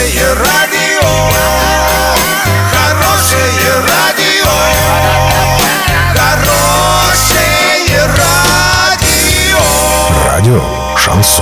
Хорошее радио, хорошее радио, хорошее радио. Радио Шансон.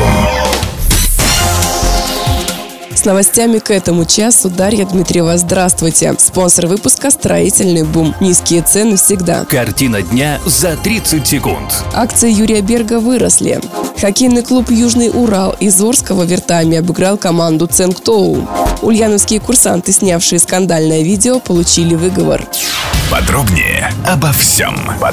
С новостями к этому часу Дарья Дмитриева. Здравствуйте. Спонсор выпуска «Строительный бум». Низкие цены всегда. Картина дня за 30 секунд. Акции Юрия Берга выросли. Хоккейный клуб «Южный Урал» из Орского вертами обыграл команду «Цинктоу». Ульяновские курсанты, снявшие скандальное видео, получили выговор. Подробнее обо всем.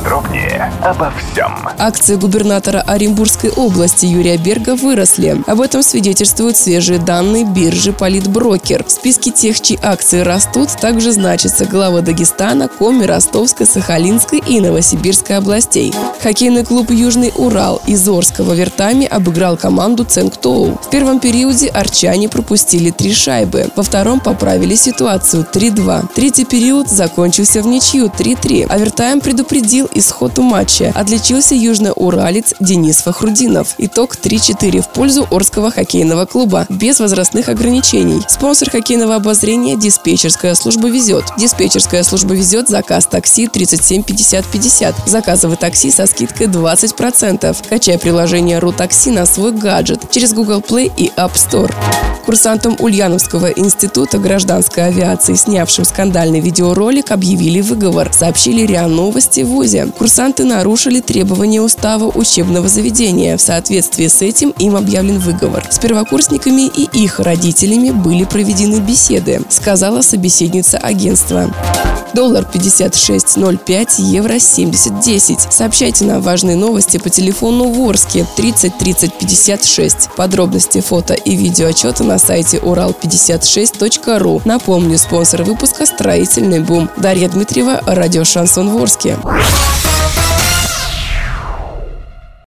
Акции губернатора Оренбургской области Юрия Берга выросли. Об этом свидетельствуют свежие данные биржи «Политброкер». В списке тех, чьи акции растут, также значатся главы Дагестана, Коми, Ростовской, Сахалинской и Новосибирской областей. Хоккейный клуб «Южный Урал» из Орского вертами обыграл команду «Цинктоу». В первом периоде арчане пропустили 3 шайбы. Во втором поправили ситуацию 3-2. Третий период закончился в ничью 3-3. Овертайм предупредил исход матча. Отличился южноуралец Денис Фахрудинов. Итог 3-4 в пользу Орского хоккейного клуба, без возрастных ограничений. Спонсор хоккейного обозрения «Диспетчерская служба везет». «Диспетчерская служба везет» заказ такси 37 50 50. Заказывай такси со скидкой 20%. Качай приложение «РуТакси» на свой гаджет через Google Play и App Store. Курсантам Ульяновского института гражданской авиации, снявшим скандальный видеоролик, объявили выговор, сообщили РИА Новости в ВУЗе. Курсанты нарушили требования устава учебного заведения. В соответствии с этим им объявлен выговор. С первокурсниками и их родителями были проведены беседы, сказала собеседница агентства. Доллар 56.05, евро 70.10. Сообщайте нам важные новости по телефону в Орске 30 30 56. Подробности, фото и видеоотчеты на сайте урал56.ру. Напомню, спонсор выпуска «Строительный бум». Дарья Дмитриева, радио «Шансон» в Орске.